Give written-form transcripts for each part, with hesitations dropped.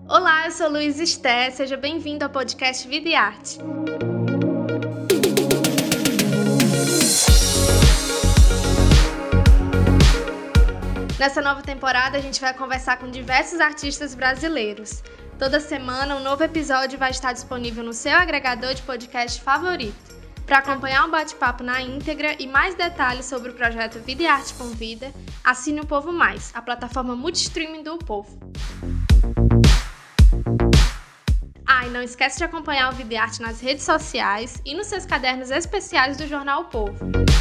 Olá, eu sou Luiz Esté, seja bem-vindo ao podcast Vida e Arte. Nessa nova temporada, a gente vai conversar com diversos artistas brasileiros. Toda semana, um novo episódio vai estar disponível no seu agregador de podcast favorito. Para acompanhar o bate-papo na íntegra e mais detalhes sobre o projeto Vida e Arte Convida, assine o Povo Mais, a plataforma multi-streaming do Povo. E não esquece de acompanhar o Vida e Arte nas redes sociais e nos seus cadernos especiais do jornal O Povo.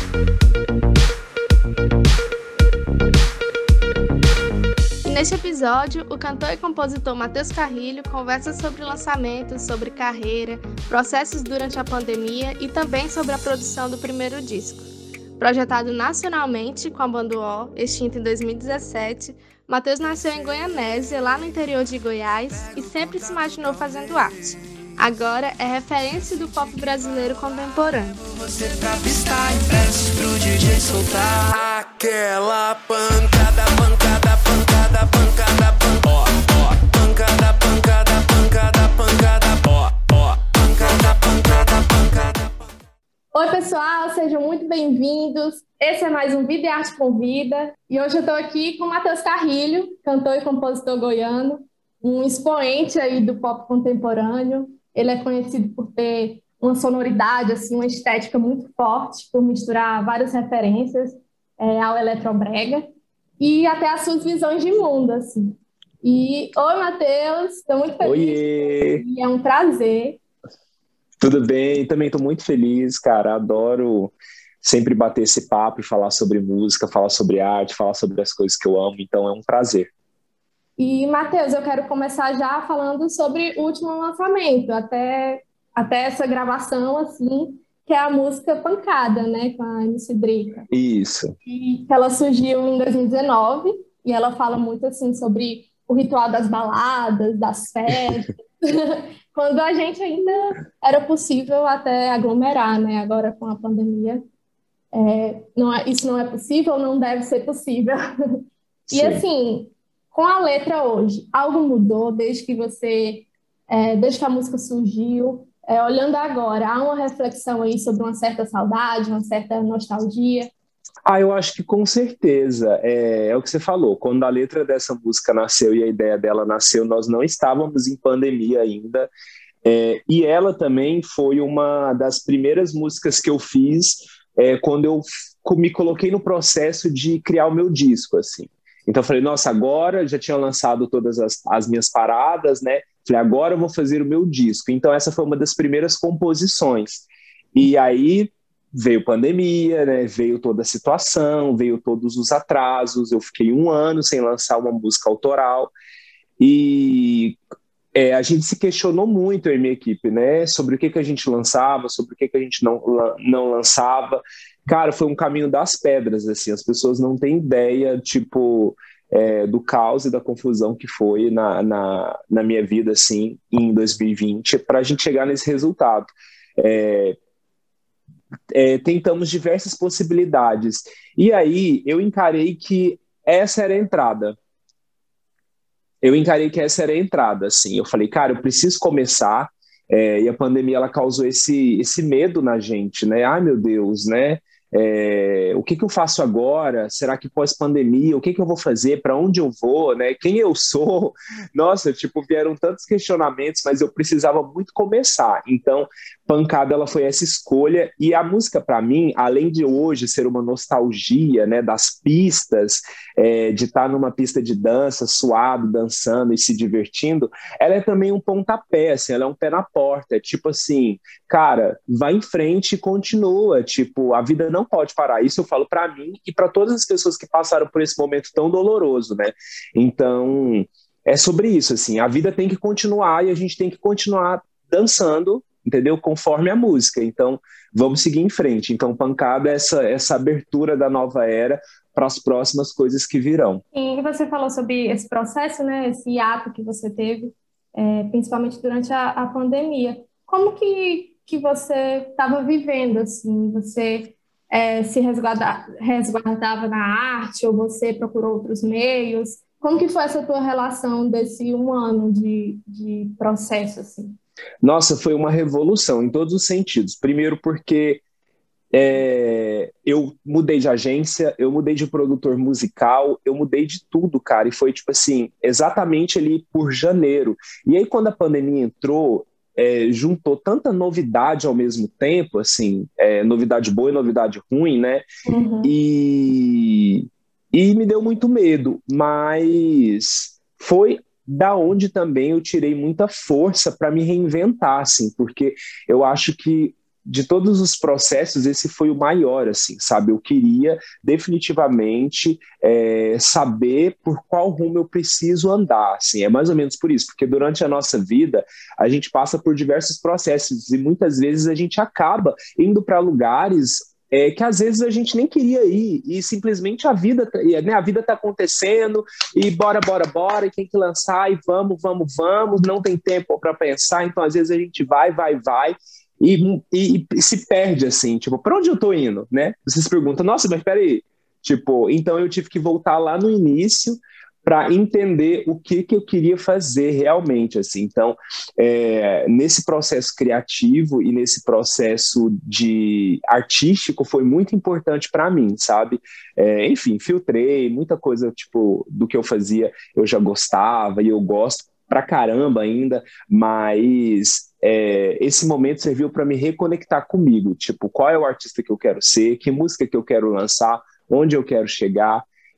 E neste episódio, o cantor e compositor Matheus Carrilho conversa sobre lançamentos, sobre carreira, processos durante a pandemia e também sobre a produção do primeiro disco. Projetado nacionalmente com a banda O, extinta em 2017, Matheus nasceu em Goianésia, lá no interior de Goiás, e sempre se imaginou fazendo arte. Agora é referência do pop brasileiro contemporâneo. Você pra pistar em versos pro DJ soltar aquela pancada, pancada, pancada, pancada, pancada, pancada, pancada, pancada, pancada, pancada, pancada. Oi, pessoal, sejam muito bem-vindos. Esse é mais um Vida e Arte Convida. E hoje eu estou aqui com o Matheus Carrilho, cantor e compositor goiano, um expoente aí do pop contemporâneo. Ele é conhecido por ter uma sonoridade, assim, uma estética muito forte, por misturar várias referências ao eletrobrega e até as suas visões de mundo, assim. Oi, Matheus, estou muito feliz. Oiê! E é um prazer. Tudo bem? Também estou muito feliz, cara. Adoro sempre bater esse papo e falar sobre música, falar sobre arte, falar sobre as coisas que eu amo. Então é um prazer. E, Matheus, eu quero começar já falando sobre o último lançamento, até essa gravação, assim, que é a música Pancada, né, com a MC Drica. Isso. E ela surgiu em 2019, e ela fala muito, assim, sobre o ritual das baladas, das festas, quando a gente ainda era possível até aglomerar, né, agora com a pandemia. Isso não é possível, não deve ser possível. E, Sim. assim, com a letra hoje, algo mudou desde que desde que a música surgiu? Olhando agora, há uma reflexão aí sobre uma certa saudade, uma certa nostalgia? Eu acho que com certeza. É o que você falou. Quando a letra dessa música nasceu e a ideia dela nasceu, nós não estávamos em pandemia ainda. E ela também foi uma das primeiras músicas que eu fiz quando eu me coloquei no processo de criar o meu disco, assim. Então eu falei, nossa, agora já tinha lançado todas as minhas paradas, né? Falei, agora eu vou fazer o meu disco. Então essa foi uma das primeiras composições. E aí veio pandemia, né? Veio toda a situação, veio todos os atrasos. Eu fiquei 1 ano sem lançar uma música autoral. E a gente se questionou muito, eu e minha equipe, né? Sobre o que a gente lançava, sobre o que a gente não lançava. Cara, foi um caminho das pedras, assim. As pessoas não têm ideia, tipo, do caos e da confusão que foi na minha vida, assim, em 2020, para a gente chegar nesse resultado. Tentamos diversas possibilidades. E aí, eu encarei que essa era a entrada. Assim. Eu falei, cara, eu preciso começar. E a pandemia, ela causou esse medo na gente, né? Ai, meu Deus, né? O que eu faço agora? Será que pós-pandemia, o que eu vou fazer? Para onde eu vou, né? Quem eu sou? Nossa, tipo, vieram tantos questionamentos, mas eu precisava muito começar. Então, Pancada, ela foi essa escolha. E a música, para mim, além de hoje ser uma nostalgia, né, das pistas, de estar numa pista de dança, suado, dançando e se divertindo, ela é também um pontapé, assim, ela é um pé na porta. É tipo assim, cara, vai em frente e continua. Tipo, a vida não pode parar. Isso eu falo para mim e para todas as pessoas que passaram por esse momento tão doloroso, né? Então, é sobre isso, assim, a vida tem que continuar e a gente tem que continuar dançando, entendeu? Conforme a música. Então, vamos seguir em frente. Então, Pancada é essa abertura da nova era para as próximas coisas que virão. E você falou sobre esse processo, né? Esse hiato que você teve, principalmente durante a pandemia. Como que você estava vivendo, assim? Você se resguardava na arte ou você procurou outros meios? Como que foi essa tua relação desse 1 ano de processo, assim? Nossa, foi uma revolução em todos os sentidos. Primeiro porque eu mudei de agência, eu mudei de produtor musical, eu mudei de tudo, cara, e foi tipo assim, exatamente ali por janeiro. E aí quando a pandemia entrou, juntou tanta novidade ao mesmo tempo, assim, novidade boa e novidade ruim, né? Uhum. E me deu muito medo, mas foi da onde também eu tirei muita força para me reinventar, assim, porque eu acho que de todos os processos, esse foi o maior, assim, sabe? Eu queria definitivamente saber por qual rumo eu preciso andar, assim, é mais ou menos por isso, porque durante a nossa vida a gente passa por diversos processos e muitas vezes a gente acaba indo para lugares que às vezes a gente nem queria ir e simplesmente a vida está acontecendo e bora, e tem que lançar e vamos, não tem tempo para pensar, então às vezes a gente vai e se perde assim, tipo, para onde eu tô indo, né? Você se pergunta, nossa, mas peraí, tipo, então eu tive que voltar lá no início para entender o que eu queria fazer realmente, assim. Então, nesse processo criativo e nesse processo de artístico foi muito importante para mim, sabe? Enfim, filtrei muita coisa, tipo, do que eu fazia, eu já gostava e eu gosto pra caramba ainda, mas esse momento serviu para me reconectar comigo, tipo, qual é o artista que eu quero ser, que música que eu quero lançar, onde eu quero chegar,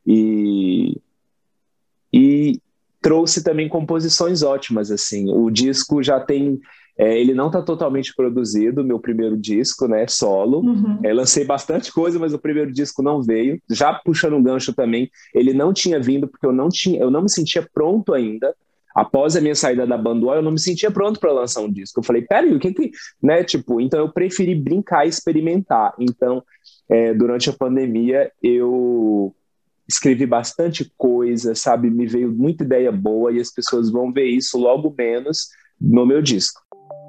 e trouxe também composições ótimas, assim. O disco já tem... ele não está totalmente produzido, meu primeiro disco, né, solo. Uhum. Lancei bastante coisa, mas o primeiro disco não veio. Já puxando um gancho também, ele não tinha vindo porque eu não me sentia pronto ainda. Após a minha saída da Banduol, eu não me sentia pronto para lançar um disco. Eu falei, peraí, o que né, tipo, então eu preferi brincar e experimentar. Então, durante a pandemia, eu escrevi bastante coisa, sabe? Me veio muita ideia boa e as pessoas vão ver isso logo menos no meu disco.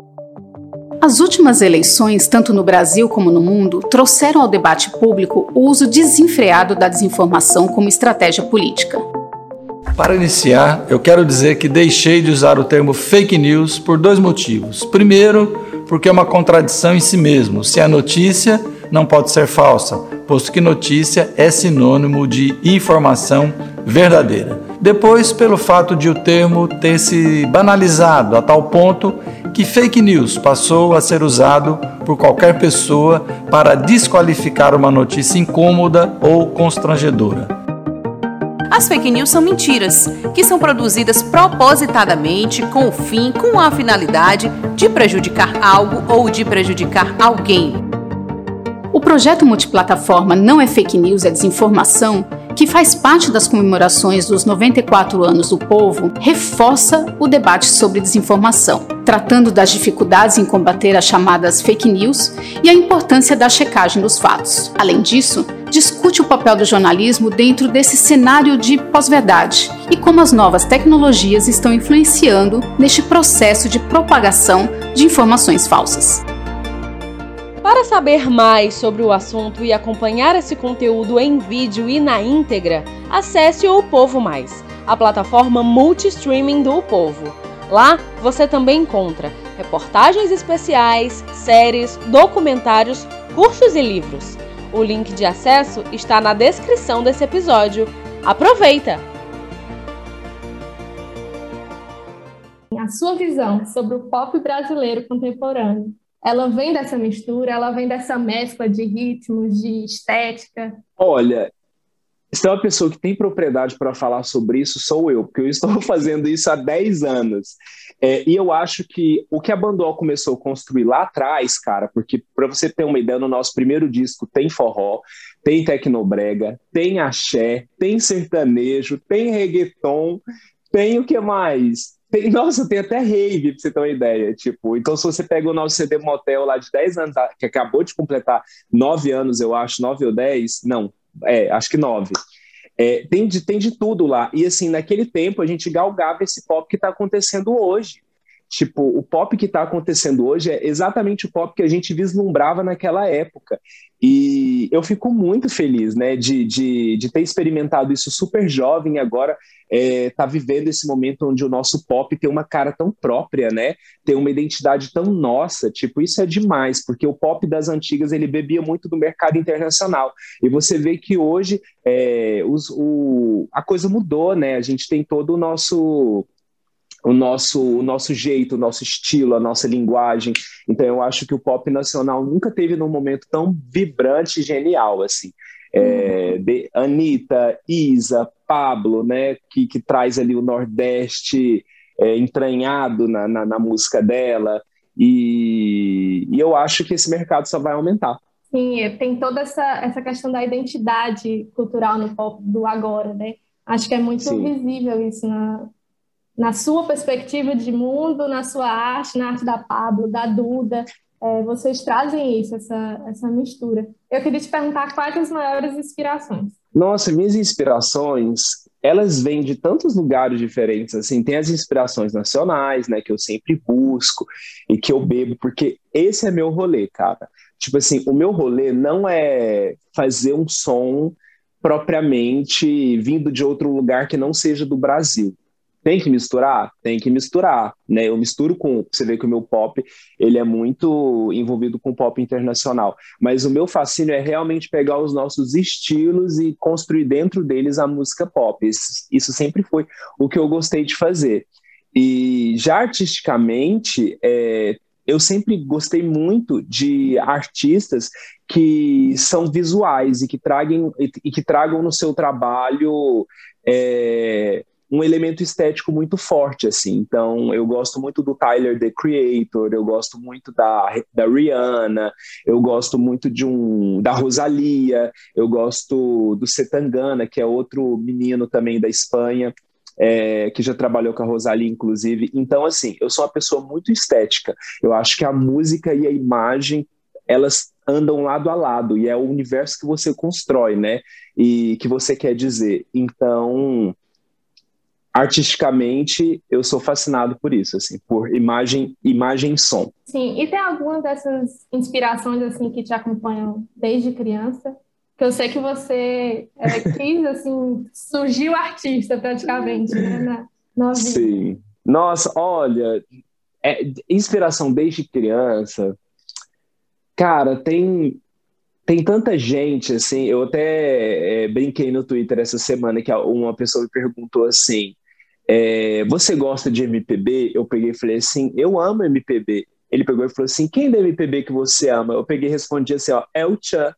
As últimas eleições, tanto no Brasil como no mundo, trouxeram ao debate público o uso desenfreado da desinformação como estratégia política. Para iniciar, eu quero dizer que deixei de usar o termo fake news por 2 motivos. Primeiro, porque é uma contradição em si mesmo. Se a notícia não pode ser falsa, posto que notícia é sinônimo de informação verdadeira. Depois, pelo fato de o termo ter se banalizado a tal ponto que fake news passou a ser usado por qualquer pessoa para desqualificar uma notícia incômoda ou constrangedora. As fake news são mentiras, que são produzidas propositadamente com a finalidade de prejudicar algo ou de prejudicar alguém. O projeto multiplataforma Não é Fake News, é Desinformação, que faz parte das comemorações dos 94 anos do povo, reforça o debate sobre desinformação, tratando das dificuldades em combater as chamadas fake news e a importância da checagem dos fatos. Além disso, discute o papel do jornalismo dentro desse cenário de pós-verdade e como as novas tecnologias estão influenciando neste processo de propagação de informações falsas. Para saber mais sobre o assunto e acompanhar esse conteúdo em vídeo e na íntegra, acesse o Povo Mais, a plataforma multi-streaming do Povo. Lá você também encontra reportagens especiais, séries, documentários, cursos e livros. O link de acesso está na descrição desse episódio. Aproveita! A sua visão sobre o pop brasileiro contemporâneo, ela vem dessa mistura, ela vem dessa mescla de ritmos, de estética? Olha, se tem uma pessoa que tem propriedade para falar sobre isso, sou eu, porque eu estou fazendo isso há 10 anos. E eu acho que o que a Banduol começou a construir lá atrás, cara, porque para você ter uma ideia, no nosso primeiro disco tem forró, tem tecnobrega, tem axé, tem sertanejo, tem reggaeton, tem o que mais? Nossa, tem até rave, pra você ter uma ideia. Tipo, então, se você pega o nosso CD Motel lá de 10 anos, que acabou de completar 9 anos, eu acho, 9 ou 10, não, acho que 9. Tem de tudo lá. E assim, naquele tempo a gente galgava esse pop que está acontecendo hoje. tipo, o pop que está acontecendo hoje é exatamente o pop que a gente vislumbrava naquela época. E eu fico muito feliz, né, de ter experimentado isso super jovem e agora tá vivendo esse momento onde o nosso pop tem uma cara tão própria, né, tem uma identidade tão nossa, tipo, isso é demais, porque o pop das antigas, ele bebia muito do mercado internacional, e você vê que hoje a coisa mudou, né, a gente tem todo o nosso jeito, o nosso estilo, a nossa linguagem. Então eu acho que o pop nacional nunca teve num momento tão vibrante e genial, assim. Anitta, Isa, Pablo, né, que traz ali o Nordeste entranhado na música dela, e eu acho que esse mercado só vai aumentar. Sim, tem toda essa questão da identidade cultural no pop do agora, né? Acho que é muito visível isso na sua perspectiva de mundo, na sua arte, na arte da Pablo, da Duda. Vocês trazem isso, essa mistura. Eu queria te perguntar quais as maiores inspirações. Nossa, minhas inspirações, elas vêm de tantos lugares diferentes, assim, tem as inspirações nacionais, né, que eu sempre busco e que eu bebo, porque esse é meu rolê, cara. Tipo assim, o meu rolê não é fazer um som propriamente vindo de outro lugar que não seja do Brasil. Tem que misturar? Tem que misturar, né? Eu misturo você vê que o meu pop, ele é muito envolvido com pop internacional, mas o meu fascínio é realmente pegar os nossos estilos e construir dentro deles a música pop. Isso sempre foi o que eu gostei de fazer. E já artisticamente, eu sempre gostei muito de artistas que são visuais e que tragam no seu trabalho um elemento estético muito forte, assim. Então, eu gosto muito do Tyler, The Creator, eu gosto muito da Rihanna, eu gosto muito da Rosalía, eu gosto do Setangana, que é outro menino também da Espanha, que já trabalhou com a Rosalía, inclusive. Então, assim, eu sou uma pessoa muito estética. Eu acho que a música e a imagem, elas andam lado a lado, e é o universo que você constrói, né? E que você quer dizer. Então, artisticamente, eu sou fascinado por isso, assim, por imagem e som. Sim, e tem algumas dessas inspirações, assim, que te acompanham desde criança? Que eu sei que você quis, assim, surgiu artista praticamente, né, na vida. Sim. Nossa, olha, inspiração desde criança, cara, tem tanta gente, assim, eu até brinquei no Twitter essa semana que uma pessoa me perguntou assim, você gosta de MPB? Eu peguei e falei assim, eu amo MPB. Ele pegou e falou assim, quem da MPB que você ama? Eu peguei e respondi assim, ó, é o Tchan.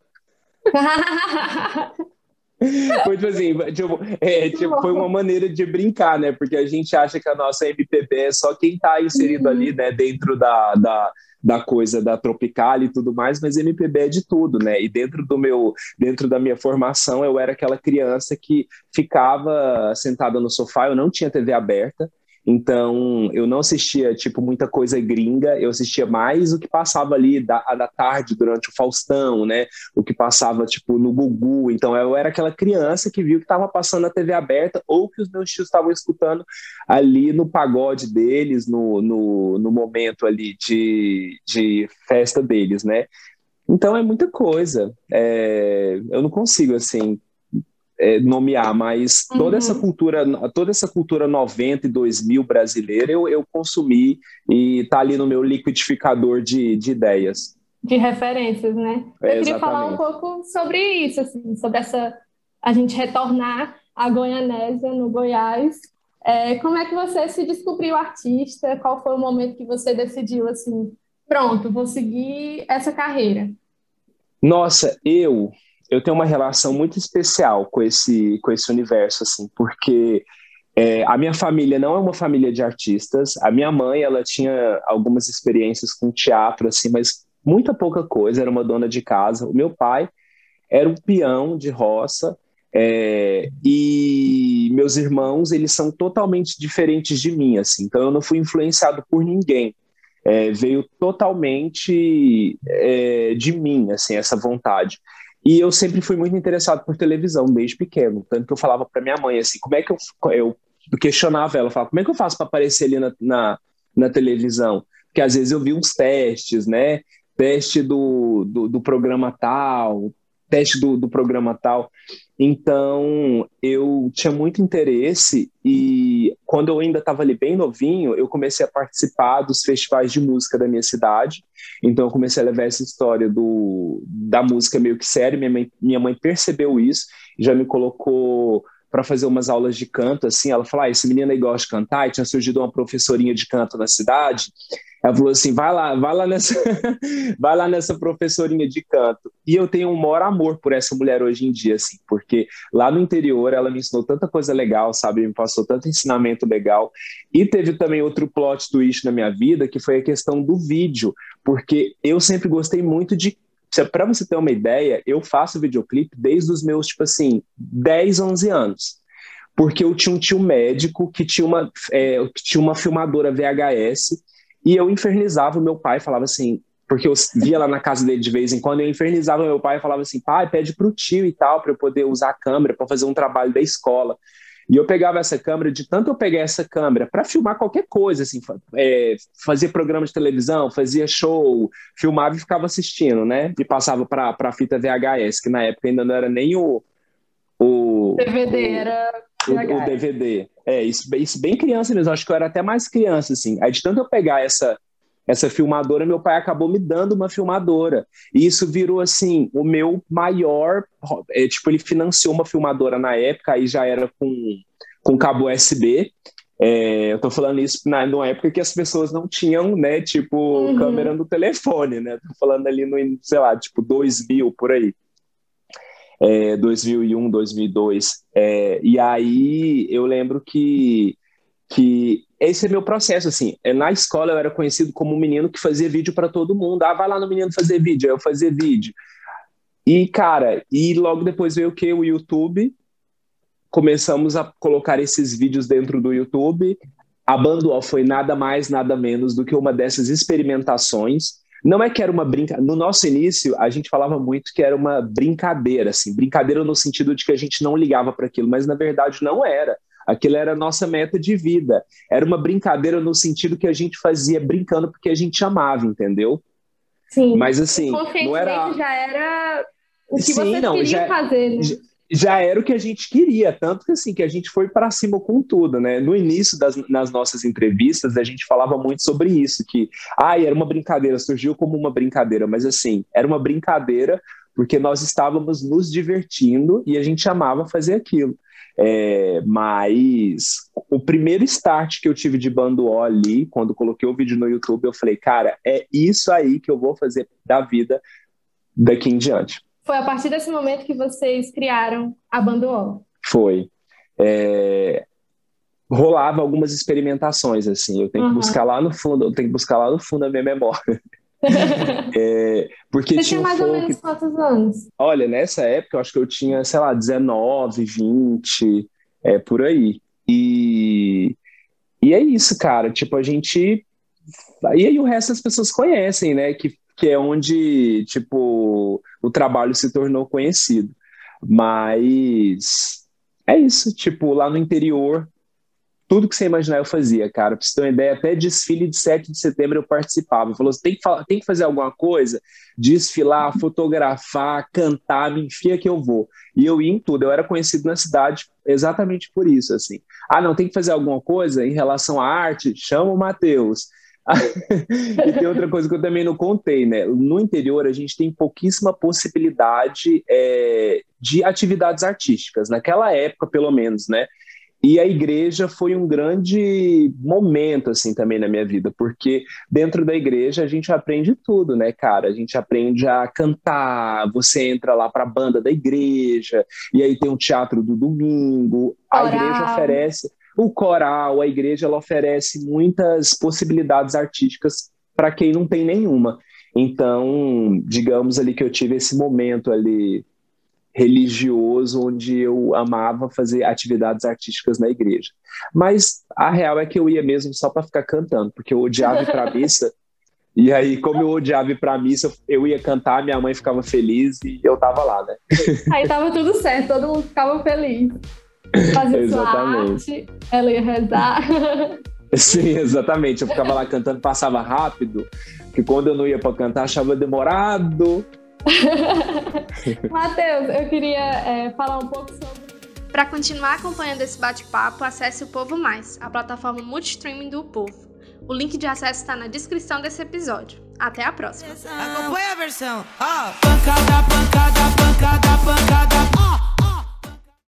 Foi tipo assim, foi uma maneira de brincar, né? Porque a gente acha que a nossa MPB é só quem tá inserido ali, né? Dentro da coisa da Tropical e tudo mais, mas MPB é de tudo, né? E dentro da minha formação, eu era aquela criança que ficava sentada no sofá, eu não tinha TV aberta, então eu não assistia, tipo, muita coisa gringa, eu assistia mais o que passava ali da tarde durante o Faustão, né? O que passava, tipo, no Gugu. Então eu era aquela criança que viu que estava passando na TV aberta ou que os meus tios estavam escutando ali no pagode deles, no momento ali de festa deles, né? Então é muita coisa. Eu não consigo, assim, nomear, mas toda essa cultura 90 e 2000 brasileira eu consumi e tá ali no meu liquidificador de ideias. De referências, né? Eu queria falar um pouco sobre isso, assim, sobre a gente retornar à Goianésia, no Goiás. Como é que você se descobriu artista? Qual foi o momento que você decidiu, assim, pronto, vou seguir essa carreira? Nossa, eu tenho uma relação muito especial com esse universo, assim, porque a minha família não é uma família de artistas. A minha mãe, ela tinha algumas experiências com teatro, assim, mas muita pouca coisa, era uma dona de casa. O meu pai era um peão de roça, e meus irmãos, eles são totalmente diferentes de mim, assim, então eu não fui influenciado por ninguém. Veio totalmente de mim, assim, essa vontade. E eu sempre fui muito interessado por televisão, desde pequeno. Tanto que eu falava para minha mãe, assim, como é que eu questionava ela, falava, como é que eu faço para aparecer ali na na televisão, porque às vezes eu vi uns testes, né? Teste do programa tal, teste do programa tal. Então, eu tinha muito interesse e quando eu ainda estava ali bem novinho, eu comecei a participar dos festivais de música da minha cidade. Então, eu comecei a levar essa história da música meio que sério. Minha mãe percebeu isso e já me colocou para fazer umas aulas de canto, assim. Ela falou, esse menino aí gosta de cantar, e tinha surgido uma professorinha de canto na cidade. Ela falou assim, vai lá nessa professorinha de canto. E eu tenho um maior amor por essa mulher hoje em dia, assim, porque lá no interior ela me ensinou tanta coisa legal, sabe? Me passou tanto ensinamento legal. E teve também outro plot twist na minha vida, que foi a questão do vídeo, porque eu sempre gostei muito de... Para você ter uma ideia, eu faço videoclipe desde os meus, 10, 11 anos. Porque eu tinha um tio médico que tinha uma filmadora VHS e eu infernizava o meu pai, falava assim, porque eu via lá na casa dele de vez em quando, eu infernizava o meu pai e falava assim, pai, pede pro tio e tal, para eu poder usar a câmera para fazer um trabalho da escola. E eu pegava essa câmera, de tanto eu pegar essa câmera para filmar qualquer coisa, assim, fazer programa de televisão, fazia show, filmava e ficava assistindo, né? E passava para a fita VHS, que na época ainda não era nem o DVD, era o DVD. Isso bem criança mesmo, acho que eu era até mais criança, assim. Aí de tanto eu pegar essa filmadora, meu pai acabou me dando uma filmadora. E isso virou, assim, o meu maior... ele financiou uma filmadora na época, aí já era com cabo USB. Eu tô falando isso numa época que as pessoas não tinham, né, câmera no telefone, né? Tô falando ali no, sei lá, 2000, por aí. 2001, 2002. E aí eu lembro que esse é meu processo, assim. Na escola eu era conhecido como um menino que fazia vídeo para todo mundo. Vai lá no menino fazer vídeo. Aí eu fazia vídeo. E, cara, logo depois veio o quê? O YouTube. Começamos a colocar esses vídeos dentro do YouTube. A Banduol foi nada mais, nada menos do que uma dessas experimentações. Não é que era uma brincadeira. No nosso início, a gente falava muito que era uma brincadeira, assim. Brincadeira no sentido de que a gente não ligava para aquilo, mas na verdade não era. Aquilo era a nossa meta de vida. Era uma brincadeira no sentido que a gente fazia brincando porque a gente amava, entendeu? Sim. Mas assim, não era... já era o que vocês queriam fazer, né? Já era o que a gente queria, tanto que assim, que a gente foi para cima com tudo, né? No início nas nossas entrevistas, a gente falava muito sobre isso, que era uma brincadeira, surgiu como uma brincadeira, mas assim, era uma brincadeira porque nós estávamos nos divertindo e a gente amava fazer aquilo. Mas o primeiro start que eu tive de Banduol ali, quando coloquei o vídeo no YouTube, eu falei, cara, é isso aí que eu vou fazer da vida daqui em diante. Foi a partir desse momento que vocês criaram a Banduol? Foi. Rolava algumas experimentações, assim, eu tenho que buscar lá no fundo da minha memória. Porque você tinha mais ou menos quantos anos? Olha, nessa época eu acho que eu tinha, sei lá, 19, 20, por aí. E é isso, cara, a gente... E aí o resto as pessoas conhecem, né, que é onde, o trabalho se tornou conhecido. Mas é isso, lá no interior, tudo que você imaginar eu fazia, cara. Pra você ter uma ideia, até desfile de 7 de setembro eu participava. Falou, você tem que fazer alguma coisa? Desfilar, fotografar, cantar, me enfia que eu vou. E eu ia em tudo. Eu era conhecido na cidade exatamente por isso, assim. Não, tem que fazer alguma coisa em relação à arte? Chama o Matheus. E tem outra coisa que eu também não contei, né? No interior a gente tem pouquíssima possibilidade de atividades artísticas, naquela época pelo menos, né? E a igreja foi um grande momento, assim, também na minha vida, porque dentro da igreja a gente aprende tudo, né, cara? A gente aprende a cantar, você entra lá para a banda da igreja, e aí tem um teatro do domingo, a igreja oferece o coral, a igreja ela oferece muitas possibilidades artísticas para quem não tem nenhuma. Então, digamos ali que eu tive esse momento ali religioso, onde eu amava fazer atividades artísticas na igreja. Mas a real é que eu ia mesmo só para ficar cantando, porque eu odiava ir para missa, e aí, como eu odiava ir para missa, eu ia cantar, minha mãe ficava feliz e eu tava lá, né? Aí tava tudo certo, todo mundo ficava feliz. Fazia sua arte, ela ia rezar. Sim, exatamente. Eu ficava lá cantando, passava rápido, que quando eu não ia para cantar, achava demorado. Matheus, eu queria falar um pouco sobre... Para continuar acompanhando esse bate-papo, acesse o Povo Mais, a plataforma multistreaming do Povo. O link de acesso está na descrição desse episódio. Até a próxima! Acompanha a versão. Pancada, pancada,